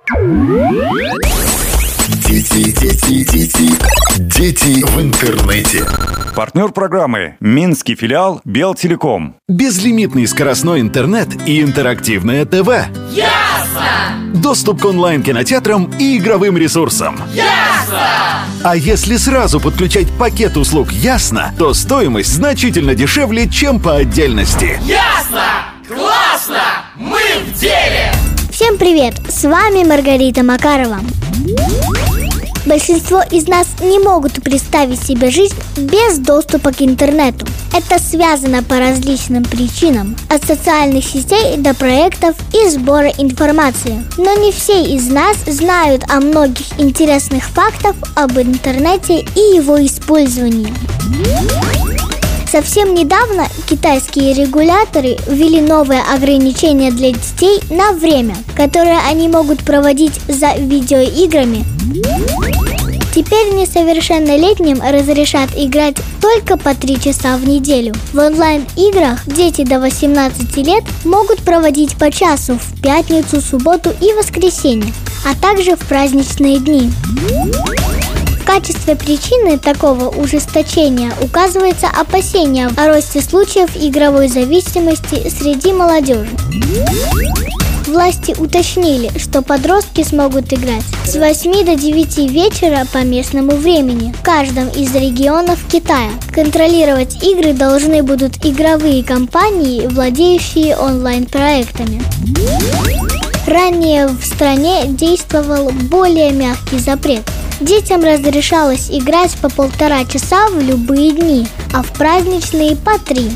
Дети в интернете. Партнер программы — Минский филиал Белтелеком. Безлимитный скоростной интернет и интерактивное ТВ. Ясно! Доступ к онлайн-кинотеатрам и игровым ресурсам. Ясно! А если сразу подключать пакет услуг «Ясно», то стоимость значительно дешевле, чем по отдельности. Ясно! Классно! Мы в деле! Всем привет! С вами Маргарита Макарова. Большинство из нас не могут представить себе жизнь без доступа к интернету. Это связано по различным причинам, от социальных сетей до проектов и сбора информации. Но не все из нас знают о многих интересных фактах об интернете и его использовании. Совсем недавно китайские регуляторы ввели новые ограничения для детей на время, которое они могут проводить за видеоиграми. Теперь несовершеннолетним разрешат играть только по 3 часа в неделю. В онлайн-играх дети до 18 лет могут проводить по часу в пятницу, субботу и воскресенье, а также в праздничные дни. В качестве причины такого ужесточения указывается опасение о росте случаев игровой зависимости среди молодежи. Власти уточнили, что подростки смогут играть с 8 до 9 вечера по местному времени в каждом из регионов Китая. Контролировать игры должны будут игровые компании, владеющие онлайн-проектами. Ранее в стране действовал более мягкий запрет. Детям разрешалось играть по 1,5 часа в любые дни, а в праздничные по 3.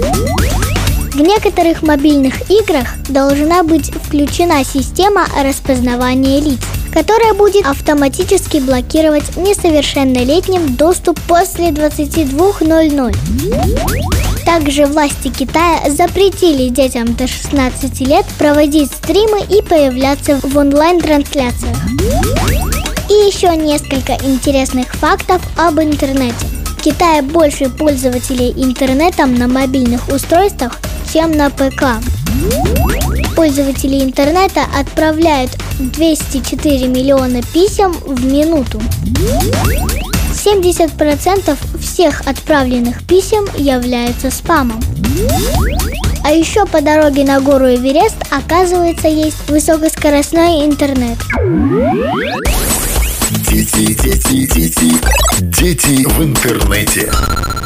В некоторых мобильных играх должна быть включена система распознавания лиц, которая будет автоматически блокировать несовершеннолетним доступ после 22:00. Также власти Китая запретили детям до 16 лет проводить стримы и появляться в онлайн-трансляциях. И еще несколько интересных фактов об интернете. В Китае больше пользователей интернетом на мобильных устройствах, чем на ПК. Пользователи интернета отправляют 204 миллиона писем в минуту. 70% всех отправленных писем являются спамом. А еще по дороге на гору Эверест, оказывается, есть высокоскоростной интернет. Дети в интернете.